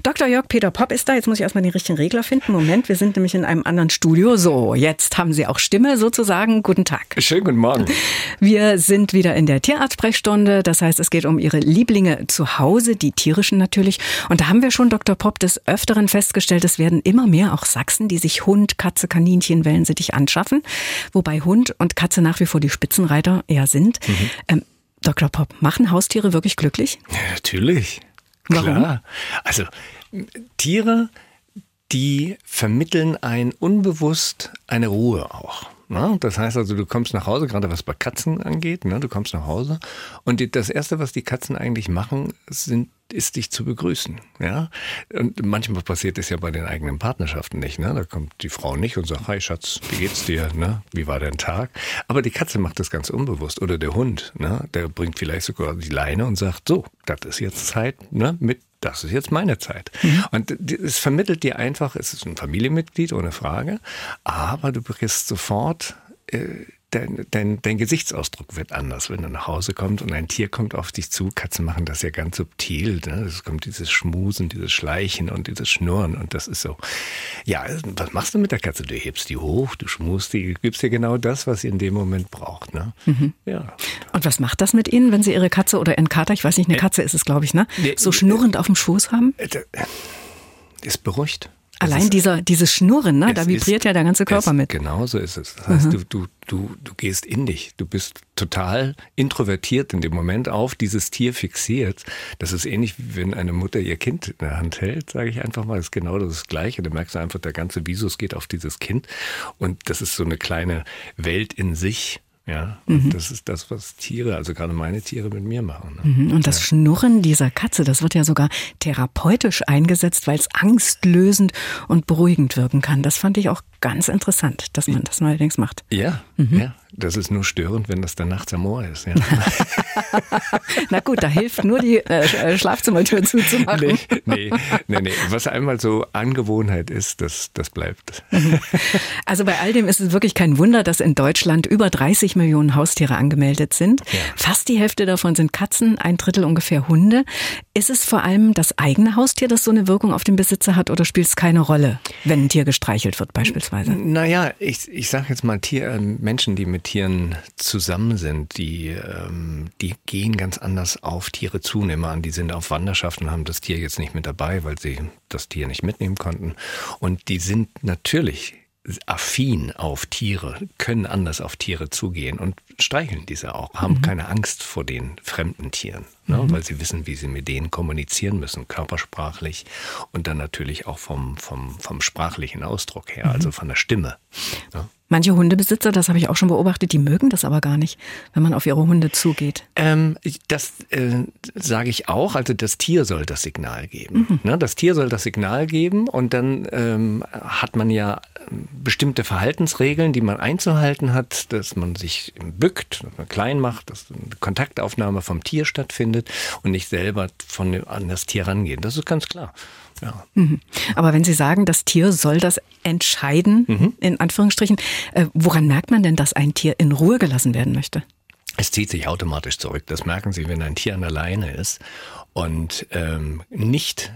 Dr. Jörg Peter Popp ist da. Jetzt muss ich erstmal den richtigen Regler finden. Moment, wir sind nämlich in einem anderen Studio. So, jetzt haben Sie auch Stimme sozusagen. Guten Tag. Schönen guten Morgen. Wir sind wieder in der Tierarztsprechstunde. Das heißt, es geht um Ihre Lieblinge zu Hause, die tierischen natürlich. Und da haben wir schon, Dr. Popp, des Öfteren festgestellt, es werden immer mehr auch Sachsen, die sich Hund, Katze, Kaninchen, Wellensittich anschaffen. Wobei Hund und Katze nach wie vor die Spitzenreiter eher sind. Dr. Popp, machen Haustiere wirklich glücklich? Ja, natürlich. Warum? Klar. Also Tiere, die vermitteln unbewusst eine Ruhe auch. Ne? Das heißt also, du kommst nach Hause, gerade was bei Katzen angeht, ne? Du kommst nach Hause und das Erste, was die Katzen eigentlich machen, ist dich zu begrüßen. Ja? Und manchmal passiert das ja bei den eigenen Partnerschaften nicht. Ne? Da kommt die Frau nicht und sagt, hi Schatz, wie geht's dir? Ne? Wie war dein Tag? Aber die Katze macht das ganz unbewusst. Oder der Hund, ne? Der bringt vielleicht sogar die Leine und sagt, so, das ist jetzt Zeit, ne? Das ist jetzt meine Zeit. Und es vermittelt dir einfach, es ist ein Familienmitglied, ohne Frage, aber du kriegst sofort, dein Gesichtsausdruck wird anders, wenn du nach Hause kommst und ein Tier kommt auf dich zu. Katzen machen das ja ganz subtil. Ne? Es kommt dieses Schmusen, dieses Schleichen und dieses Schnurren und das ist so. Ja, was machst du mit der Katze? Du hebst die hoch, du schmusst die, gibst ihr genau das, was sie in dem Moment braucht. Ne? Ja. Und was macht das mit Ihnen, wenn Sie Ihre Katze oder Ihren Kater, ich weiß nicht, eine Katze ist es, glaube ich, ne? So schnurrend auf dem Schoß haben? Ist beruhigt. Allein dieses Schnurren, ne? Da vibriert ja der ganze Körper mit. Genau so ist es. Das heißt, du gehst in dich. Du bist total introvertiert in dem Moment auf dieses Tier fixiert. Das ist ähnlich, wie wenn eine Mutter ihr Kind in der Hand hält, sage ich einfach mal. Das ist genau das Gleiche. Da merkst du einfach, der ganze Visus geht auf dieses Kind. Und das ist so eine kleine Welt in sich. Ja, das ist das, was Tiere, also gerade meine Tiere mit mir machen. Ne? Und das Schnurren dieser Katze, das wird ja sogar therapeutisch eingesetzt, weil es angstlösend und beruhigend wirken kann. Das fand ich auch ganz interessant, dass man das neuerdings macht. Ja, das ist nur störend, wenn das dann nachts am Ohr ist. Ja. Na gut, da hilft nur die Schlafzimmertür zuzumachen. Nee. Was einmal so Angewohnheit ist, das bleibt. Also bei all dem ist es wirklich kein Wunder, dass in Deutschland über 30 Millionen Haustiere angemeldet sind. Ja. Fast die Hälfte davon sind Katzen, 1/3 ungefähr Hunde. Ist es vor allem das eigene Haustier, das so eine Wirkung auf den Besitzer hat, oder spielt es keine Rolle, wenn ein Tier gestreichelt wird beispielsweise? Naja, ich sage jetzt mal, Menschen, die mit Tieren zusammen sind, die gehen ganz anders auf Tiere zu. Nehmen wir an, die sind auf Wanderschaft und haben das Tier jetzt nicht mit dabei, weil sie das Tier nicht mitnehmen konnten. Und die sind natürlich affin auf Tiere, können anders auf Tiere zugehen und streicheln diese auch, haben keine Angst vor den fremden Tieren, ne, weil sie wissen, wie sie mit denen kommunizieren müssen, körpersprachlich und dann natürlich auch vom sprachlichen Ausdruck her, also von der Stimme. Ne. Manche Hundebesitzer, das habe ich auch schon beobachtet, die mögen das aber gar nicht, wenn man auf ihre Hunde zugeht. Das sage ich auch, also das Tier soll das Signal geben. Ne, das Tier soll das Signal geben und dann hat man ja bestimmte Verhaltensregeln, die man einzuhalten hat, dass man sich bückt, dass man klein macht, dass eine Kontaktaufnahme vom Tier stattfindet und nicht selber an das Tier rangehen. Das ist ganz klar. Ja. Aber wenn Sie sagen, das Tier soll das entscheiden, in Anführungsstrichen, woran merkt man denn, dass ein Tier in Ruhe gelassen werden möchte? Es zieht sich automatisch zurück. Das merken Sie, wenn ein Tier an der Leine ist und nicht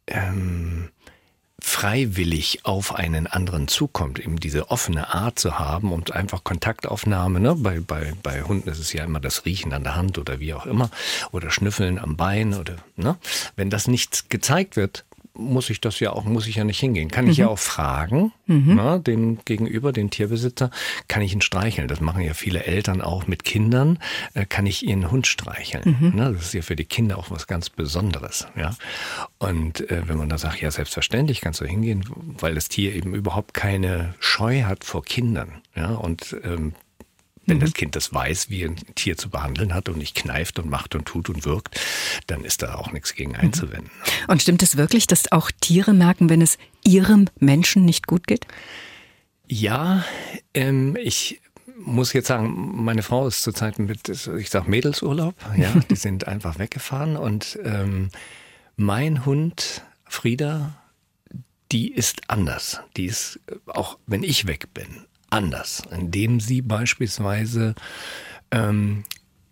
freiwillig auf einen anderen zukommt, eben diese offene Art zu haben und einfach Kontaktaufnahme, ne? Bei Hunden ist es ja immer das Riechen an der Hand oder wie auch immer oder Schnüffeln am Bein oder, ne? Wenn das nicht gezeigt wird, muss ich ja nicht hingehen. Kann ich ja auch fragen, ne, den Gegenüber, den Tierbesitzer, kann ich ihn streicheln? Das machen ja viele Eltern auch mit Kindern, kann ich ihren Hund streicheln? Ne, das ist ja für die Kinder auch was ganz Besonderes. Ja? Und wenn man da sagt, ja selbstverständlich kannst du hingehen, weil das Tier eben überhaupt keine Scheu hat vor Kindern. Ja? Und wenn das Kind das weiß, wie ein Tier zu behandeln hat und nicht kneift und macht und tut und wirkt, dann ist da auch nichts gegen einzuwenden. Und stimmt es wirklich, dass auch Tiere merken, wenn es ihrem Menschen nicht gut geht? Ja, ich muss jetzt sagen, meine Frau ist zurzeit ich sag Mädelsurlaub. Ja, die sind einfach weggefahren und mein Hund Frieda, die ist anders. Die ist, auch wenn ich weg bin, anders, indem sie beispielsweise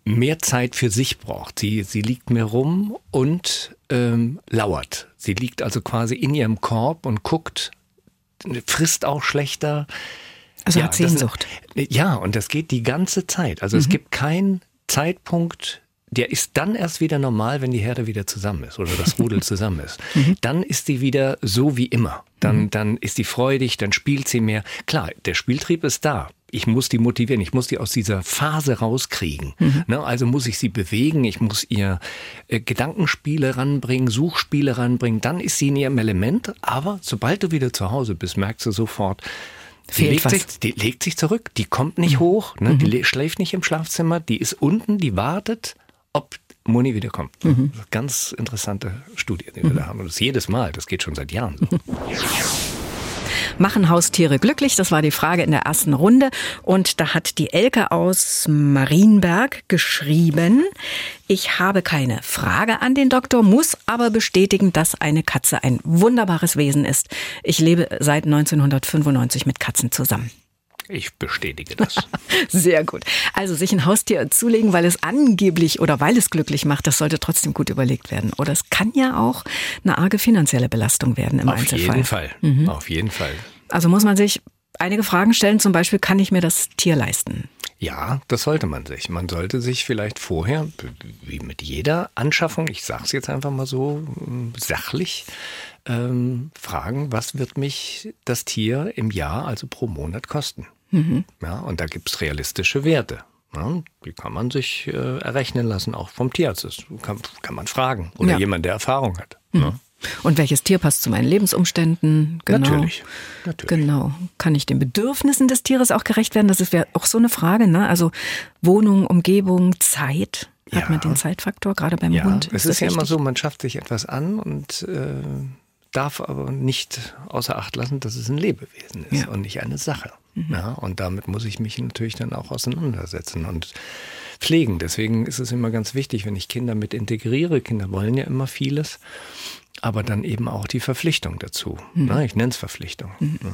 mehr Zeit für sich braucht. Sie liegt mehr rum und lauert. Sie liegt also quasi in ihrem Korb und guckt, frisst auch schlechter. Also hat Sehnsucht. Und das geht die ganze Zeit. Also es gibt keinen Zeitpunkt, der ist dann erst wieder normal, wenn die Herde wieder zusammen ist oder das Rudel zusammen ist. Dann ist sie wieder so wie immer. Dann ist sie freudig, dann spielt sie mehr. Klar, der Spieltrieb ist da. Ich muss die motivieren, ich muss die aus dieser Phase rauskriegen. Also muss ich sie bewegen, ich muss ihr Gedankenspiele ranbringen, Suchspiele ranbringen. Dann ist sie in ihrem Element. Aber sobald du wieder zu Hause bist, merkst du sofort, die legt sich zurück, die kommt nicht hoch, die schläft nicht im Schlafzimmer, die ist unten, die wartet, ob Moni wiederkommt. Ganz interessante Studie, die wir da haben. Und das jedes Mal, das geht schon seit Jahren so. Machen Haustiere glücklich? Das war die Frage in der ersten Runde. Und da hat die Elke aus Marienberg geschrieben: Ich habe keine Frage an den Doktor, muss aber bestätigen, dass eine Katze ein wunderbares Wesen ist. Ich lebe seit 1995 mit Katzen zusammen. Ich bestätige das. Sehr gut. Also sich ein Haustier zulegen, weil es angeblich oder weil es glücklich macht, das sollte trotzdem gut überlegt werden. Oder es kann ja auch eine arge finanzielle Belastung werden im Einzelfall. Auf jeden Fall. Also muss man sich einige Fragen stellen, zum Beispiel, kann ich mir das Tier leisten? Ja, das sollte man sich. Man sollte sich vielleicht vorher, wie mit jeder Anschaffung, ich sage es jetzt einfach mal so sachlich, fragen, was wird mich das Tier im Jahr, also pro Monat kosten? Ja, und da gibt es realistische Werte. Ja, die kann man sich errechnen lassen, auch vom Tierarzt. Das kann man fragen oder jemand, der Erfahrung hat. Ja. Und welches Tier passt zu meinen Lebensumständen? Genau. Natürlich. Genau. Kann ich den Bedürfnissen des Tieres auch gerecht werden? Das wäre auch so eine Frage, ne? Also Wohnung, Umgebung, Zeit. Hat man den Zeitfaktor, gerade beim Hund? Es ist ja immer so, man schafft sich etwas an und darf aber nicht außer Acht lassen, dass es ein Lebewesen ist und nicht eine Sache. Ja, und damit muss ich mich natürlich dann auch auseinandersetzen und pflegen. Deswegen ist es immer ganz wichtig, wenn ich Kinder mit integriere. Kinder wollen ja immer vieles, aber dann eben auch die Verpflichtung dazu. Na, ich nenne es Verpflichtung.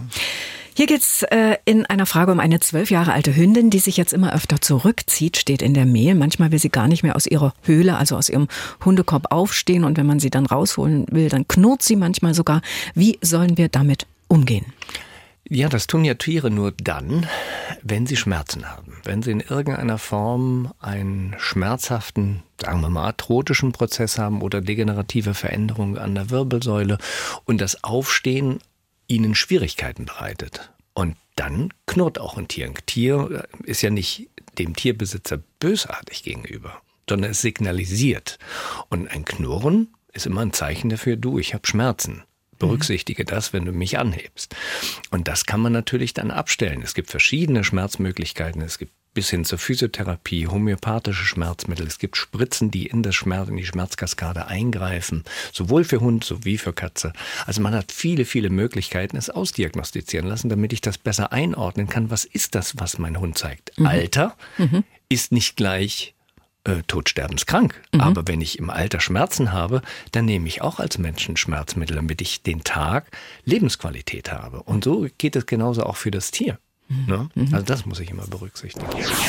Hier geht's in einer Frage um eine 12 Jahre alte Hündin, die sich jetzt immer öfter zurückzieht, steht in der Mail. Manchmal will sie gar nicht mehr aus ihrer Höhle, also aus ihrem Hundekorb aufstehen. Und wenn man sie dann rausholen will, dann knurrt sie manchmal sogar. Wie sollen wir damit umgehen? Ja, das tun ja Tiere nur dann, wenn sie Schmerzen haben. Wenn sie in irgendeiner Form einen schmerzhaften, sagen wir mal, arthrotischen Prozess haben oder degenerative Veränderungen an der Wirbelsäule und das Aufstehen ihnen Schwierigkeiten bereitet. Und dann knurrt auch ein Tier. Ein Tier ist ja nicht dem Tierbesitzer bösartig gegenüber, sondern es signalisiert. Und ein Knurren ist immer ein Zeichen dafür, ich habe Schmerzen. Berücksichtige das, wenn du mich anhebst. Und das kann man natürlich dann abstellen. Es gibt verschiedene Schmerzmöglichkeiten. Es gibt bis hin zur Physiotherapie, homöopathische Schmerzmittel. Es gibt Spritzen, die in die Schmerzkaskade eingreifen. Sowohl für Hund sowie für Katze. Also man hat viele, viele Möglichkeiten, es ausdiagnostizieren lassen, damit ich das besser einordnen kann. Was ist das, was mein Hund zeigt? Alter ist nicht gleich todsterbenskrank. Aber wenn ich im Alter Schmerzen habe, dann nehme ich auch als Menschen Schmerzmittel, damit ich den Tag Lebensqualität habe. Und so geht es genauso auch für das Tier. Ne? Also das muss ich immer berücksichtigen.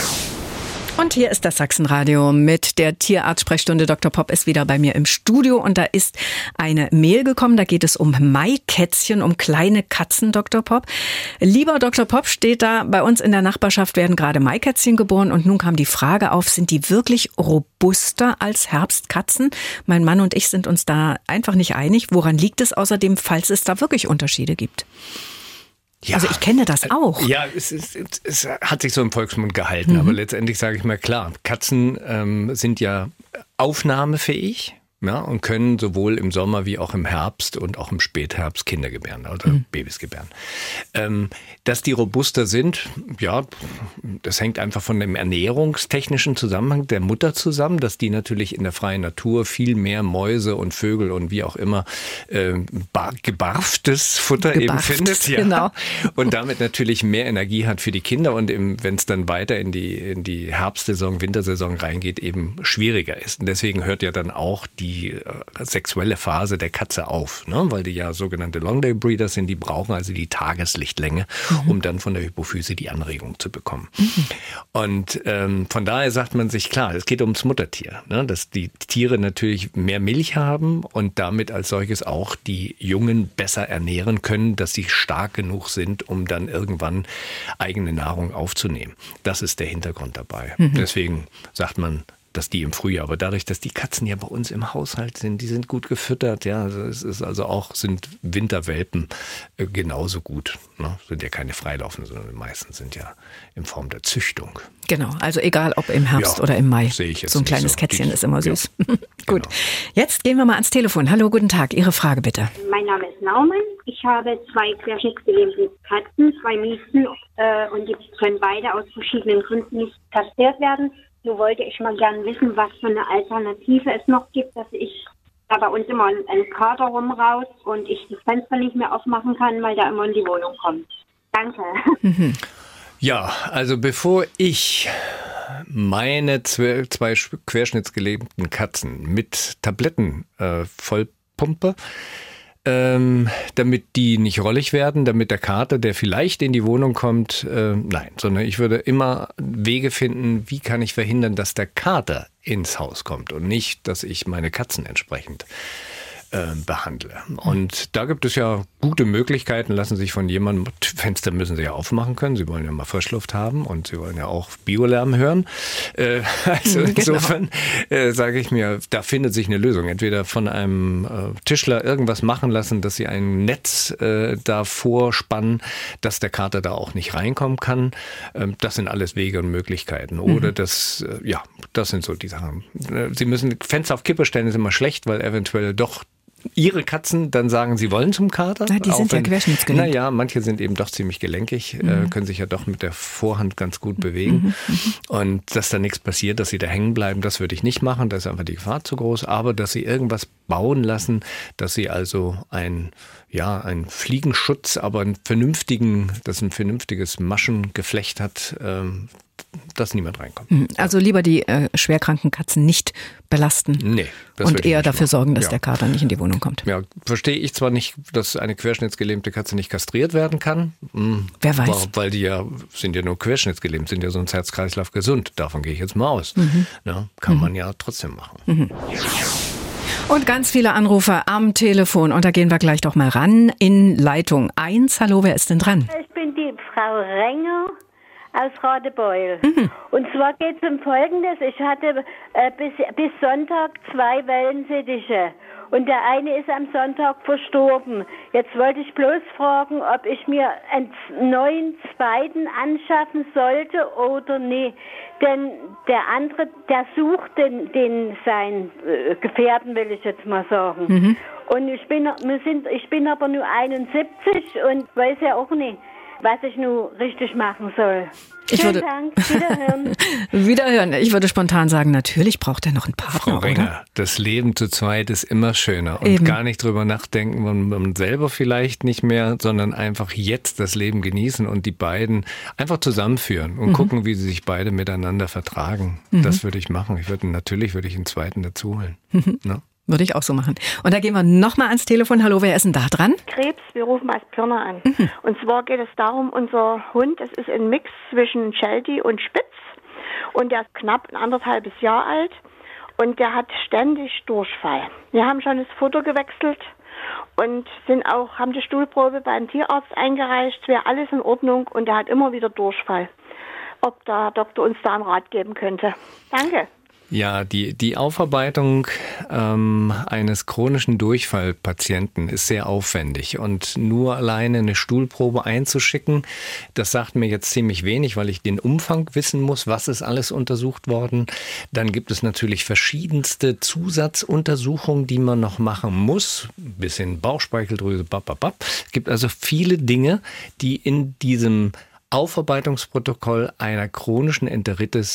Und hier ist das Sachsenradio mit der Tierarzt-Sprechstunde. Dr. Popp ist wieder bei mir im Studio und da ist eine Mail gekommen. Da geht es um Maikätzchen, um kleine Katzen, Dr. Popp. Lieber Dr. Popp, steht da, bei uns in der Nachbarschaft werden gerade Maikätzchen geboren und nun kam die Frage auf, sind die wirklich robuster als Herbstkatzen? Mein Mann und ich sind uns da einfach nicht einig. Woran liegt es außerdem, falls es da wirklich Unterschiede gibt? Ja, also ich kenne das auch. Ja, es hat sich so im Volksmund gehalten, aber letztendlich sage ich mal klar, Katzen sind ja aufnahmefähig. Ja, und können sowohl im Sommer wie auch im Herbst und auch im Spätherbst Kinder gebären oder Babys gebären. Dass die robuster sind, ja, das hängt einfach von dem ernährungstechnischen Zusammenhang der Mutter zusammen, dass die natürlich in der freien Natur viel mehr Mäuse und Vögel und wie auch immer gebarftes Futter eben findet. Ja. Genau. Und damit natürlich mehr Energie hat für die Kinder und wenn es dann weiter in die Herbstsaison, Wintersaison reingeht, eben schwieriger ist. Und deswegen hört ja dann auch die die sexuelle Phase der Katze auf, ne? Weil die ja sogenannte Long-Day-Breeder sind, die brauchen also die Tageslichttlänge, um dann von der Hypophyse die Anregung zu bekommen. Und von daher sagt man sich, klar, es geht ums Muttertier, ne? Dass die Tiere natürlich mehr Milch haben und damit als solches auch die Jungen besser ernähren können, dass sie stark genug sind, um dann irgendwann eigene Nahrung aufzunehmen. Das ist der Hintergrund dabei. Deswegen sagt man, dass die im Frühjahr, aber dadurch, dass die Katzen ja bei uns im Haushalt sind, die sind gut gefüttert, ja, es ist also auch, sind Winterwelpen genauso gut, ne? Sind ja keine Freilaufenden, sondern die meisten sind ja in Form der Züchtung. Genau, also egal ob im Herbst oder im Mai. Sehe ich jetzt so ein kleines so. Kätzchen ist immer süß. Ja. Gut, Genau. jetzt gehen wir mal ans Telefon. Hallo, guten Tag, Ihre Frage bitte. Mein Name ist Naumann. Ich habe 2 querschnittsgelähmte Katzen, 2 Mieten und die können beide aus verschiedenen Gründen nicht kastriert werden. So wollte ich mal gerne wissen, was für eine Alternative es noch gibt, dass ich da bei uns immer ein Kater rumraus und ich das Fenster nicht mehr aufmachen kann, weil der immer in die Wohnung kommt. Danke. Ja, also bevor ich meine 2 querschnittsgelähmten Katzen mit Tabletten vollpumpe, damit die nicht rollig werden, damit der Kater, der vielleicht in die Wohnung kommt, nein, sondern ich würde immer Wege finden, wie kann ich verhindern, dass der Kater ins Haus kommt und nicht, dass ich meine Katzen entsprechend behandle. Und da gibt es ja gute Möglichkeiten, lassen sich von jemandem, Fenster müssen sie ja aufmachen können, sie wollen ja mal Frischluft haben und sie wollen ja auch Biolärm hören. Also insofern sage ich mir, da findet sich eine Lösung. Entweder von einem Tischler irgendwas machen lassen, dass sie ein Netz davor spannen, dass der Kater da auch nicht reinkommen kann. Das sind alles Wege und Möglichkeiten. Oder das sind so die Sachen. Sie müssen Fenster auf Kippe stellen, ist immer schlecht, weil eventuell doch Ihre Katzen dann sagen, sie wollen zum Kater. Na, die sind ja querschnittsgelähmt. Naja, manche sind eben doch ziemlich gelenkig, können sich ja doch mit der Vorhand ganz gut bewegen. Und dass da nichts passiert, dass sie da hängen bleiben, das würde ich nicht machen. Da ist einfach die Gefahr zu groß. Aber dass sie irgendwas bauen lassen, dass sie also ein Fliegenschutz, aber ein vernünftiges Maschengeflecht hat, dass niemand reinkommt. Also lieber die schwerkranken Katzen nicht belasten. Nee, das und würde ich eher nicht dafür machen. sorgen, dass der Kater nicht in die Wohnung kommt. Ja, verstehe ich zwar nicht, dass eine querschnittsgelähmte Katze nicht kastriert werden kann. Wer weiß. Weil die sind ja nur querschnittsgelähmt, sind ja sonst Herz-Kreislauf gesund. Davon gehe ich jetzt mal aus. Ja, kann man ja trotzdem machen. Und ganz viele Anrufe am Telefon. Und da gehen wir gleich doch mal ran in Leitung 1. Hallo, wer ist denn dran? Ich bin die Frau Renger aus Radebeul. Und zwar geht es um Folgendes. Ich hatte bis Sonntag 2 Wellensittiche. Und der eine ist am Sonntag verstorben. Jetzt wollte ich bloß fragen, ob ich mir einen neuen zweiten anschaffen sollte oder nicht. Denn der andere, der sucht sein Gefährten, will ich jetzt mal sagen. Und ich bin aber nur 71 und weiß ja auch nicht, was ich nun richtig machen soll. Vielen Dank, wiederhören. Wiederhören. Ich würde spontan sagen, natürlich braucht er noch einen Partner, Frau Renger, oder? das Leben zu zweit ist immer schöner. Und Eben. gar nicht drüber nachdenken, man selber vielleicht nicht mehr, sondern einfach jetzt das Leben genießen und die beiden einfach zusammenführen und gucken, wie sie sich beide miteinander vertragen. Das würde ich machen. Natürlich würde ich einen zweiten dazu holen. Ne? Würde ich auch so machen. Und da gehen wir nochmal ans Telefon. Hallo, wer ist denn da dran? Krebs, wir rufen aus Pirna an. Und zwar geht es darum, unser Hund, das ist ein Mix zwischen Sheltie und Spitz und der ist knapp 1,5 Jahre alt und der hat ständig Durchfall. Wir haben schon das Futter gewechselt und haben die Stuhlprobe beim Tierarzt eingereicht, es wäre alles in Ordnung und der hat immer wieder Durchfall. Ob der Doktor uns da einen Rat geben könnte. Danke. Ja, die Aufarbeitung eines chronischen Durchfallpatienten ist sehr aufwendig und nur alleine eine Stuhlprobe einzuschicken, das sagt mir jetzt ziemlich wenig, weil ich den Umfang wissen muss, was ist alles untersucht worden. Dann gibt es natürlich verschiedenste Zusatzuntersuchungen, die man noch machen muss, bis hin Bauchspeicheldrüse, Es gibt also viele Dinge, die in diesem Aufarbeitungsprotokoll einer chronischen Enteritis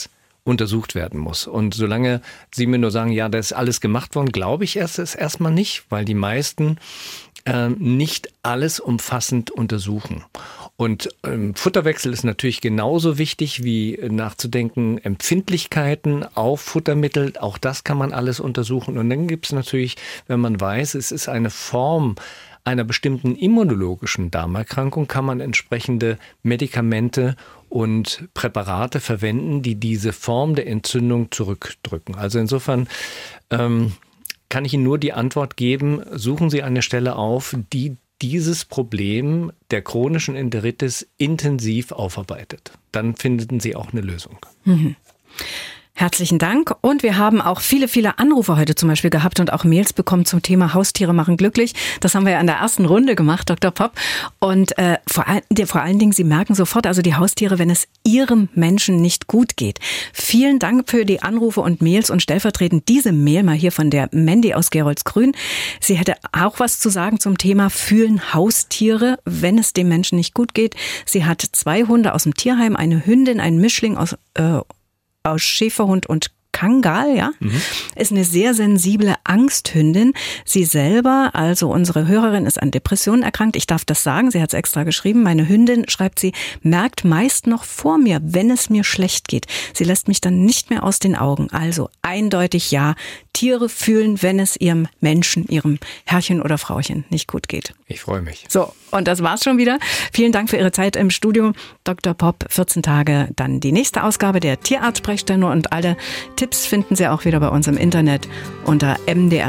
untersucht werden muss. Und solange Sie mir nur sagen, ja, das ist alles gemacht worden, glaube ich es erstmal nicht, weil die meisten nicht alles umfassend untersuchen. Und Futterwechsel ist natürlich genauso wichtig wie nachzudenken, Empfindlichkeiten auf Futtermittel, auch das kann man alles untersuchen. Und dann gibt es natürlich, wenn man weiß, es ist eine Form einer bestimmten immunologischen Darmerkrankung, kann man entsprechende Medikamente und Präparate verwenden, die diese Form der Entzündung zurückdrücken. Also insofern kann ich Ihnen nur die Antwort geben, suchen Sie eine Stelle auf, die dieses Problem der chronischen Enteritis intensiv aufarbeitet. Dann finden Sie auch eine Lösung. Mhm. Herzlichen Dank. Und wir haben auch viele, viele Anrufe heute zum Beispiel gehabt und auch Mails bekommen zum Thema Haustiere machen glücklich. Das haben wir ja in der ersten Runde gemacht, Dr. Popp. Und vor allen Dingen, Sie merken sofort, also die Haustiere, wenn es Ihrem Menschen nicht gut geht. Vielen Dank für die Anrufe und Mails und stellvertretend diese Mail mal hier von der Mandy aus Geroldsgrün. Sie hätte auch was zu sagen zum Thema fühlen Haustiere, wenn es dem Menschen nicht gut geht. Sie hat 2 Hunde aus dem Tierheim, eine Hündin, einen Mischling aus Schäferhund und Kangal, ja, ist eine sehr sensible Angsthündin. Sie selber, also unsere Hörerin, ist an Depressionen erkrankt. Ich darf das sagen, sie hat es extra geschrieben. Meine Hündin, schreibt sie, merkt meist noch vor mir, wenn es mir schlecht geht. Sie lässt mich dann nicht mehr aus den Augen. Also eindeutig ja, Tiere fühlen, wenn es ihrem Menschen, ihrem Herrchen oder Frauchen nicht gut geht. Ich freue mich. So, und das war's schon wieder. Vielen Dank für Ihre Zeit im Studio. Dr. Popp, 14 Tage, dann die nächste Ausgabe der Tierarzt-Sprechstunde und alle Tipps finden Sie auch wieder bei uns im Internet unter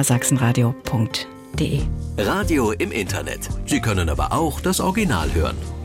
mdrsachsenradio.de. Radio im Internet. Sie können aber auch das Original hören.